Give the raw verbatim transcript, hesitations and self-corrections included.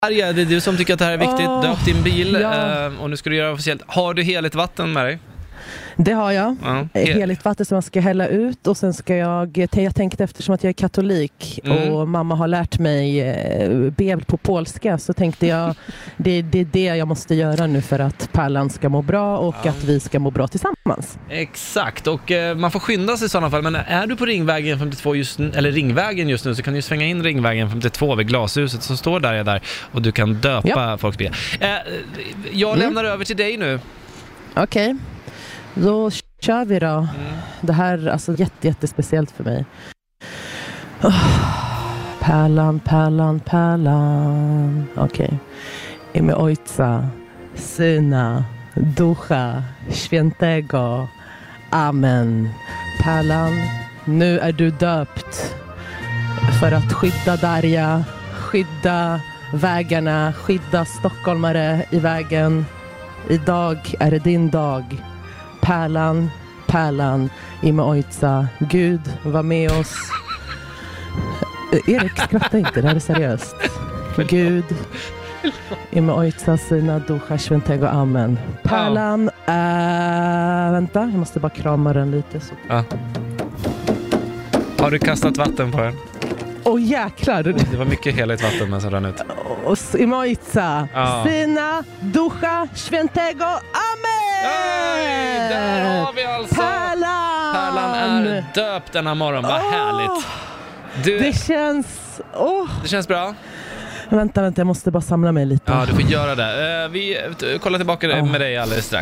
Arja, det är du som tycker att det här är viktigt. Oh, Döp din bil ja. och nu ska du göra det officiellt. Har du heligt vatten med dig? Det har jag. Ja. Heligt vatten som jag ska hälla ut och sen ska jag, jag tänkte eftersom att jag är katolik mm. och mamma har lärt mig be på polska, så tänkte jag det, det är det jag måste göra nu för att Pallan ska må bra och ja. att vi ska må bra tillsammans. Exakt, och eh, man får skynda sig i sådana fall, men är du på Ringvägen femtiotvå just nu, eller Ringvägen just nu, så kan du svänga in Ringvägen femtiotvå vid glashuset som står där, där och du kan döpa ja. folks bil. Eh, jag mm. lämnar över till dig nu. Okej. Okay. Då kör vi då. Mm. Det här är alltså jätte, jättespeciellt för mig. Oh, Pallan, Pallan, Pallan. Okej. Okay. Imię Ojca, Syna, Ducha, Świętego. Amen. Pallan, nu är du döpt för att skydda Darja, skydda vägarna, skydda stockholmare i vägen. Idag är det din dag. Pallan, Pallan, imię Ojca. Gud, var med oss. Erik, skratta inte, det här är seriöst. Gud, imię Ojca, Syna, Ducha, Świętego. Amen. Pallan, äh, vänta, jag måste bara krama den lite. Så. Ja. Har du kastat vatten på den? Åh oh, jäklar! Det var mycket heligt vatten men som rann ut. Imię Ojca, ja. Syna, Ducha, Świętego. Amen! Oj, där har vi alltså Pallan! Pallan är döpt denna morgon, vad oh, härligt. Du, det känns oh. Det känns bra. Vänta, vänta, jag måste bara samla mig lite. Ja, du får göra det. Vi kollar tillbaka oh. med dig alldeles strax.